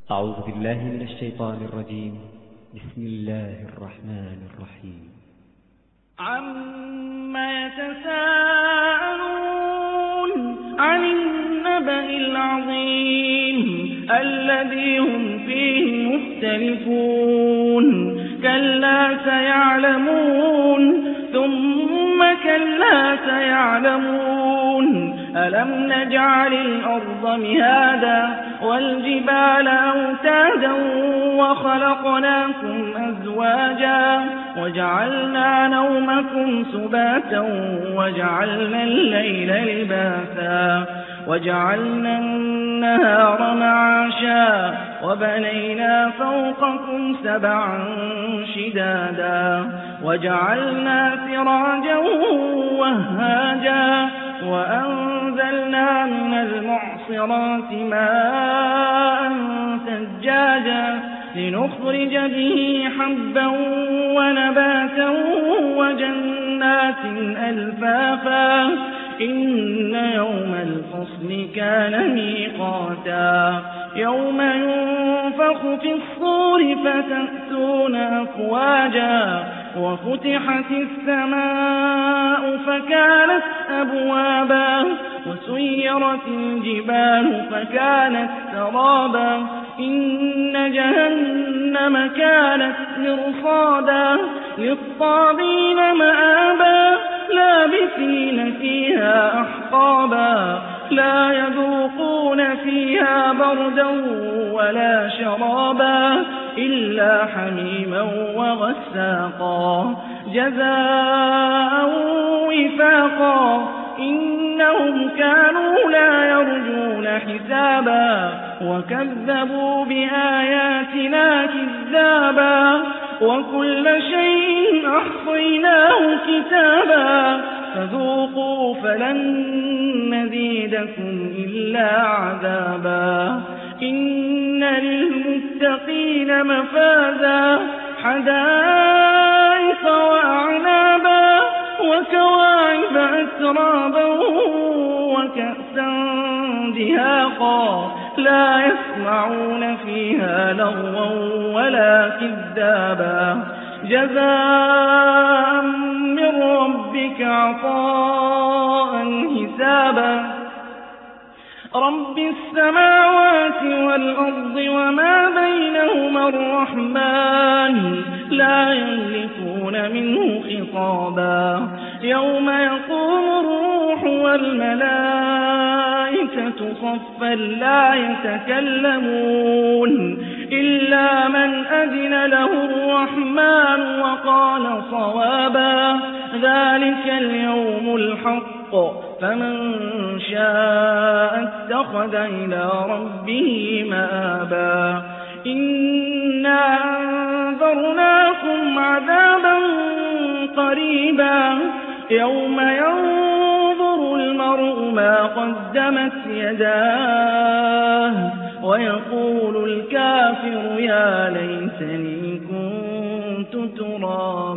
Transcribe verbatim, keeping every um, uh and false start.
أعوذ بالله من الشيطان الرجيم. بسم الله الرحمن الرحيم. عما يتساءلون عن النبأ العظيم الذي هم فيه مختلفون كلا سيعلمون ثم كلا سيعلمون ألم نجعل الأرض مهادا والجبال أوتادا وخلقناكم أزواجا وجعلنا نومكم سباتا وجعلنا الليل لباسا وجعلنا النهار معاشا وبنينا فوقكم سبعا شدادا وجعلنا سراجا وهاجا وأنزلنا من المعصرات ماء ثجاجا لنخرج به حبا ونباتا وجنات ألفافا إن يوم الفصل كان ميقاتا يوم ينفخ في الصور فتأتون أفواجا وفتحت السماء فكانت أبوابا وسيرت الجبال فكانت سرابا إن جهنم كانت مرصادا للطاغين مآبا لابثين فيها أحقابا لا يذوقون فيها بردا ولا شرابا إلا حميما وغساقا جزاء وفاقا إنهم كانوا لا يرجون حسابا وكذبوا بآياتنا كذابا وكل شيء أحصيناه كتابا فذوقوا فلن نزيدكم إلا عذابا إن للمتقين مفازا حدائق وأعنابا وكواعب أترابا وكأسا دهاقا لا يسمعون فيها لغوا ولا كذابا جزاء من ربك عطاء حسابا رب السماوات والأرض وما بينهما الرحمن لا يملكون منه خطابا يوم يقوم الروح والملائكة صفا لا يتكلمون إلا من أذن له الرحمن وقال صوابا ذلك اليوم الحق فمن شاء اتخذ إلى ربه مآبا إنا أنذرناكم عذابا قريبا يوم ينظر المرء ما قدمت يداه ويقول الكافر يا ليتني كنت ترابا.